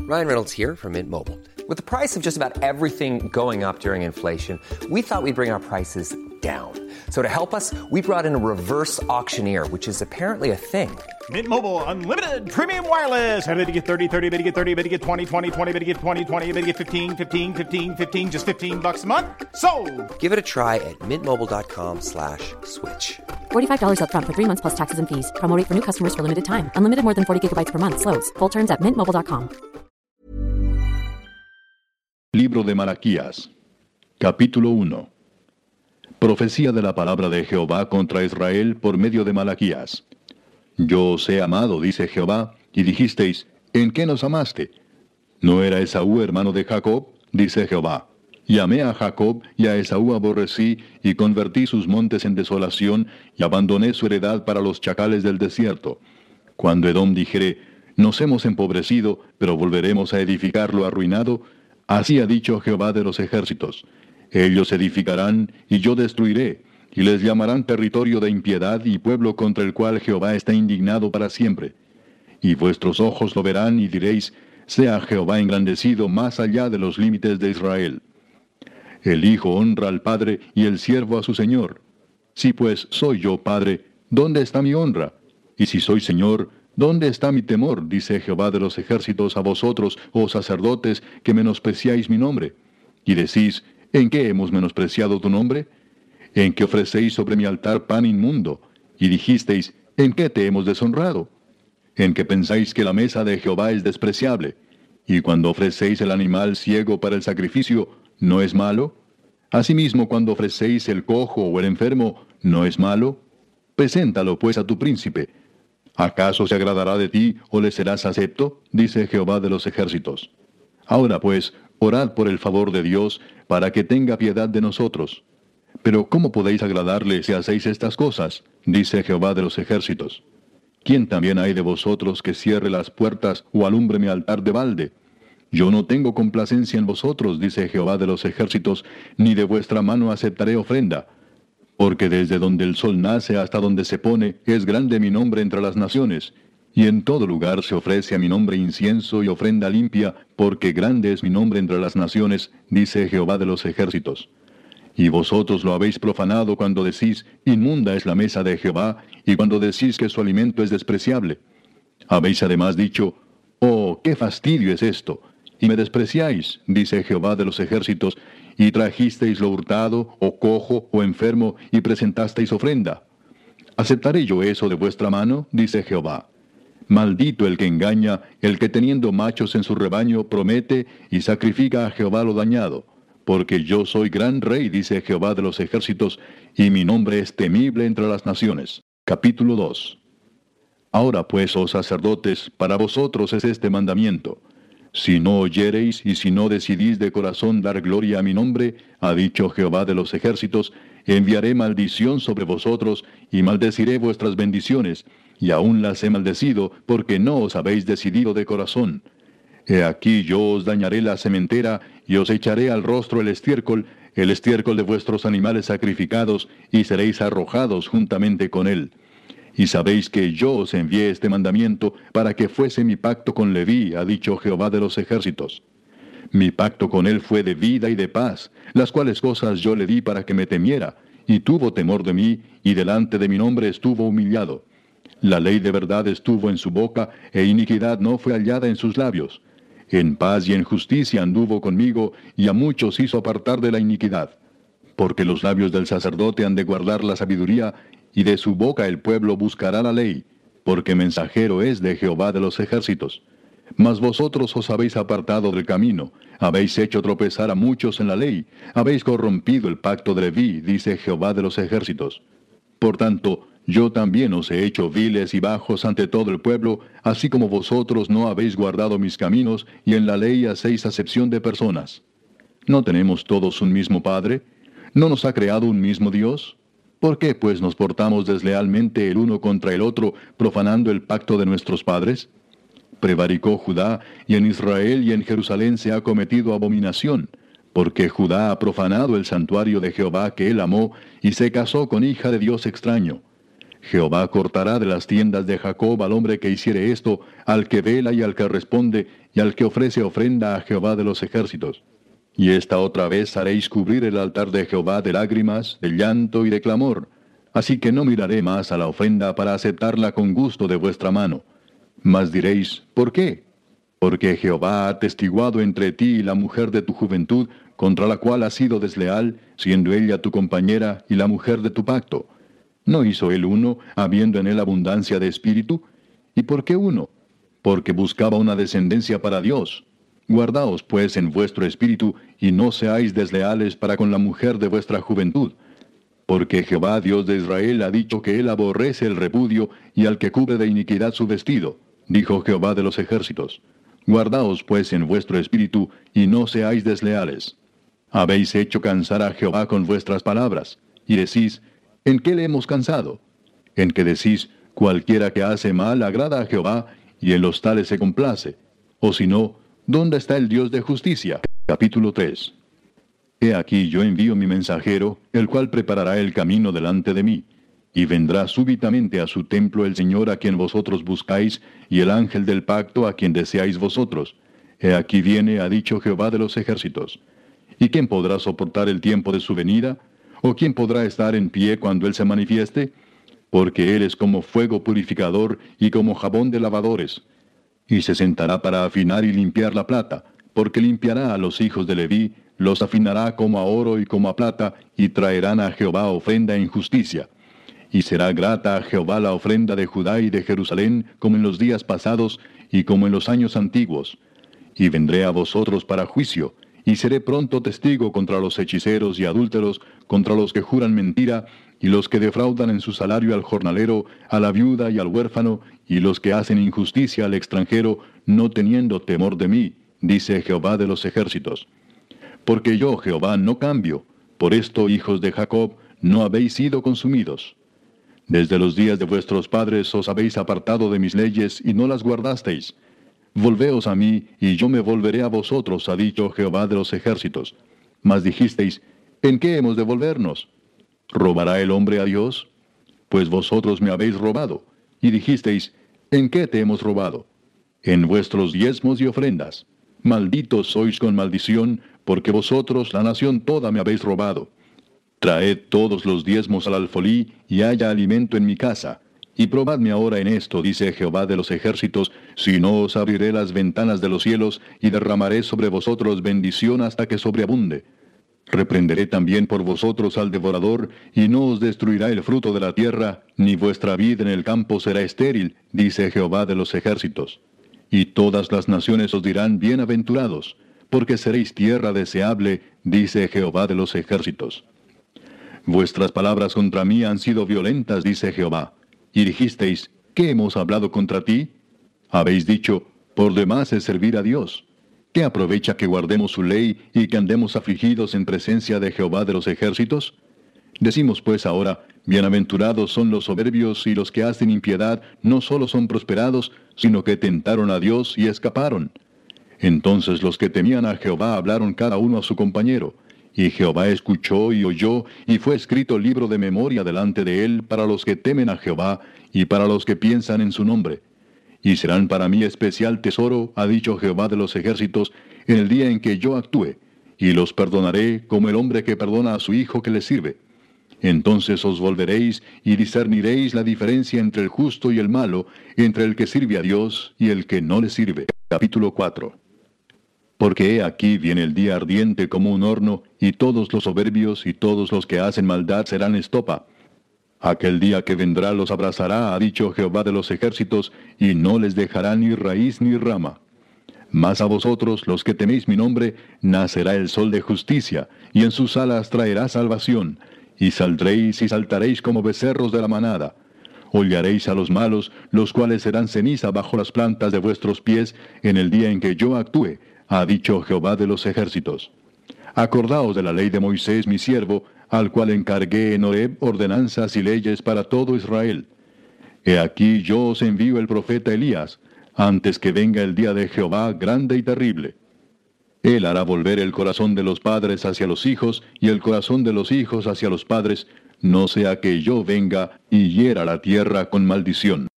Ryan Reynolds here from Mint Mobile. With the price of just about everything going up during inflation, we thought we'd bring our prices down. So to help us, we brought in a reverse auctioneer, which is apparently a thing. Mint Mobile Unlimited Premium Wireless. How to get 30, 30, bit to get 30, bit to get 20, 20, 20, bit to get 20, 20, bit to get 15, 15, 15, 15, just $15 a month? Sold! Give it a try at mintmobile.com/switch. $45 up front for 3 months plus taxes and fees. Promo rate for new customers for limited time. Unlimited more than 40 gigabytes per month. Slows full terms at mintmobile.com. Libro de Malaquías, capítulo 1. Profecía de la palabra de Jehová contra Israel por medio de Malaquías. Yo os he amado, dice Jehová, y dijisteis, ¿en qué nos amaste? ¿No era Esaú hermano de Jacob? Dice Jehová. Y amé a Jacob, y a Esaú aborrecí, y convertí sus montes en desolación, y abandoné su heredad para los chacales del desierto. Cuando Edom dijere, nos hemos empobrecido, pero volveremos a edificar lo arruinado, así ha dicho Jehová de los ejércitos. Ellos edificarán, y yo destruiré, y les llamarán territorio de impiedad y pueblo contra el cual Jehová está indignado para siempre. Y vuestros ojos lo verán y diréis, sea Jehová engrandecido más allá de los límites de Israel. El hijo honra al padre y el siervo a su señor. Si pues soy yo padre, ¿dónde está mi honra? Y si soy señor, ¿dónde está mi temor? Dice Jehová de los ejércitos a vosotros, oh sacerdotes, que menospreciáis mi nombre. Y decís, ¿en qué hemos menospreciado tu nombre? En que ofrecéis sobre mi altar pan inmundo. Y dijisteis, ¿en qué te hemos deshonrado? En que pensáis que la mesa de Jehová es despreciable. Y cuando ofrecéis el animal ciego para el sacrificio, ¿no es malo? Asimismo, cuando ofrecéis el cojo o el enfermo, ¿no es malo? Preséntalo pues a tu príncipe. ¿Acaso se agradará de ti o le serás acepto? Dice Jehová de los ejércitos. Ahora pues, orad por el favor de Dios, para que tenga piedad de nosotros. Pero ¿cómo podéis agradarle si hacéis estas cosas? Dice Jehová de los ejércitos. ¿Quién también hay de vosotros que cierre las puertas o alumbre mi altar de balde? Yo no tengo complacencia en vosotros, dice Jehová de los ejércitos, ni de vuestra mano aceptaré ofrenda. Porque desde donde el sol nace hasta donde se pone, es grande mi nombre entre las naciones. Y en todo lugar se ofrece a mi nombre incienso y ofrenda limpia, porque grande es mi nombre entre las naciones, dice Jehová de los ejércitos. Y vosotros lo habéis profanado cuando decís, inmunda es la mesa de Jehová, y cuando decís que su alimento es despreciable. Habéis además dicho, oh, qué fastidio es esto, y me despreciáis, dice Jehová de los ejércitos, y trajisteis lo hurtado, o cojo, o enfermo, y presentasteis ofrenda. ¿Aceptaré yo eso de vuestra mano? Dice Jehová. Maldito el que engaña, el que teniendo machos en su rebaño promete y sacrifica a Jehová lo dañado. Porque yo soy gran rey, dice Jehová de los ejércitos, y mi nombre es temible entre las naciones. Capítulo 2. Ahora pues, oh sacerdotes, para vosotros es este mandamiento. Si no oyereis y si no decidís de corazón dar gloria a mi nombre, ha dicho Jehová de los ejércitos, enviaré maldición sobre vosotros y maldeciré vuestras bendiciones, y aún las he maldecido, porque no os habéis decidido de corazón. He aquí yo os dañaré la sementera, y os echaré al rostro el estiércol de vuestros animales sacrificados, y seréis arrojados juntamente con él. Y sabéis que yo os envié este mandamiento para que fuese mi pacto con Leví, ha dicho Jehová de los ejércitos. Mi pacto con él fue de vida y de paz, las cuales cosas yo le di para que me temiera, y tuvo temor de mí, y delante de mi nombre estuvo humillado. La ley de verdad estuvo en su boca, e iniquidad no fue hallada en sus labios. En paz y en justicia anduvo conmigo, y a muchos hizo apartar de la iniquidad. Porque los labios del sacerdote han de guardar la sabiduría, y de su boca el pueblo buscará la ley, porque mensajero es de Jehová de los ejércitos. Mas vosotros os habéis apartado del camino, habéis hecho tropezar a muchos en la ley, habéis corrompido el pacto de Leví, dice Jehová de los ejércitos. Por tanto, yo también os he hecho viles y bajos ante todo el pueblo, así como vosotros no habéis guardado mis caminos, y en la ley hacéis acepción de personas. ¿No tenemos todos un mismo Padre? ¿No nos ha creado un mismo Dios? ¿Por qué pues nos portamos deslealmente el uno contra el otro, profanando el pacto de nuestros padres? Prevaricó Judá, y en Israel y en Jerusalén se ha cometido abominación, porque Judá ha profanado el santuario de Jehová que él amó, y se casó con hija de Dios extraño. Jehová cortará de las tiendas de Jacob al hombre que hiciere esto, al que vela y al que responde, y al que ofrece ofrenda a Jehová de los ejércitos. Y esta otra vez haréis cubrir el altar de Jehová de lágrimas, de llanto y de clamor. Así que no miraré más a la ofrenda para aceptarla con gusto de vuestra mano. Mas diréis, ¿por qué? Porque Jehová ha atestiguado entre ti y la mujer de tu juventud, contra la cual has sido desleal, siendo ella tu compañera y la mujer de tu pacto. ¿No hizo él uno, habiendo en él abundancia de espíritu? ¿Y por qué uno? Porque buscaba una descendencia para Dios. Guardaos pues en vuestro espíritu, y no seáis desleales para con la mujer de vuestra juventud. Porque Jehová Dios de Israel ha dicho que él aborrece el repudio, y al que cubre de iniquidad su vestido, dijo Jehová de los ejércitos. Guardaos pues en vuestro espíritu, y no seáis desleales. Habéis hecho cansar a Jehová con vuestras palabras, y decís, ¿en qué le hemos cansado? En que decís, cualquiera que hace mal agrada a Jehová, y en los tales se complace. O si no, ¿dónde está el Dios de justicia? Capítulo 3. He aquí yo envío mi mensajero, el cual preparará el camino delante de mí. Y vendrá súbitamente a su templo el Señor a quien vosotros buscáis, y el ángel del pacto a quien deseáis vosotros. He aquí viene, ha dicho Jehová de los ejércitos. ¿Y quién podrá soportar el tiempo de su venida? ¿O quién podrá estar en pie cuando Él se manifieste? Porque Él es como fuego purificador y como jabón de lavadores. Y se sentará para afinar y limpiar la plata, porque limpiará a los hijos de Leví, los afinará como a oro y como a plata, y traerán a Jehová ofrenda en justicia. Y será grata a Jehová la ofrenda de Judá y de Jerusalén, como en los días pasados y como en los años antiguos. Y vendré a vosotros para juicio, y seré pronto testigo contra los hechiceros y adúlteros, contra los que juran mentira, y los que defraudan en su salario al jornalero, a la viuda y al huérfano, y los que hacen injusticia al extranjero, no teniendo temor de mí, dice Jehová de los ejércitos. Porque yo, Jehová, no cambio. Por esto, hijos de Jacob, no habéis sido consumidos. Desde los días de vuestros padres os habéis apartado de mis leyes y no las guardasteis. Volveos a mí, y yo me volveré a vosotros, ha dicho Jehová de los ejércitos. Mas dijisteis, ¿en qué hemos de volvernos? ¿Robará el hombre a Dios? Pues vosotros me habéis robado. Y dijisteis, ¿en qué te hemos robado? En vuestros diezmos y ofrendas. Malditos sois con maldición, porque vosotros, la nación toda, me habéis robado. Traed todos los diezmos al alfolí, y haya alimento en mi casa. Y probadme ahora en esto, dice Jehová de los ejércitos, si no os abriré las ventanas de los cielos, y derramaré sobre vosotros bendición hasta que sobreabunde. Reprenderé también por vosotros al devorador, y no os destruirá el fruto de la tierra, ni vuestra vid en el campo será estéril, dice Jehová de los ejércitos. Y todas las naciones os dirán bienaventurados, porque seréis tierra deseable, dice Jehová de los ejércitos. Vuestras palabras contra mí han sido violentas, dice Jehová. Y dijisteis, ¿qué hemos hablado contra ti? Habéis dicho, por demás es servir a Dios. ¿Qué aprovecha que guardemos su ley y que andemos afligidos en presencia de Jehová de los ejércitos? Decimos pues ahora, bienaventurados son los soberbios y los que hacen impiedad no solo son prosperados, sino que tentaron a Dios y escaparon. Entonces los que temían a Jehová hablaron cada uno a su compañero, y Jehová escuchó y oyó, y fue escrito libro de memoria delante de él para los que temen a Jehová y para los que piensan en su nombre. Y serán para mí especial tesoro, ha dicho Jehová de los ejércitos, en el día en que yo actúe, y los perdonaré como el hombre que perdona a su hijo que le sirve. Entonces os volveréis y discerniréis la diferencia entre el justo y el malo, entre el que sirve a Dios y el que no le sirve. Capítulo 4. Porque he aquí viene el día ardiente como un horno, y todos los soberbios y todos los que hacen maldad serán estopa. Aquel día que vendrá los abrazará, ha dicho Jehová de los ejércitos, y no les dejará ni raíz ni rama. Mas a vosotros, los que teméis mi nombre, nacerá el sol de justicia, y en sus alas traerá salvación, y saldréis y saltaréis como becerros de la manada. Hollaréis a los malos, los cuales serán ceniza bajo las plantas de vuestros pies, en el día en que yo actúe, ha dicho Jehová de los ejércitos. Acordaos de la ley de Moisés mi siervo, al cual encargué en Horeb ordenanzas y leyes para todo Israel. He aquí yo os envío el profeta Elías, antes que venga el día de Jehová grande y terrible. Él hará volver el corazón de los padres hacia los hijos, y el corazón de los hijos hacia los padres, no sea que yo venga y hiera la tierra con maldición.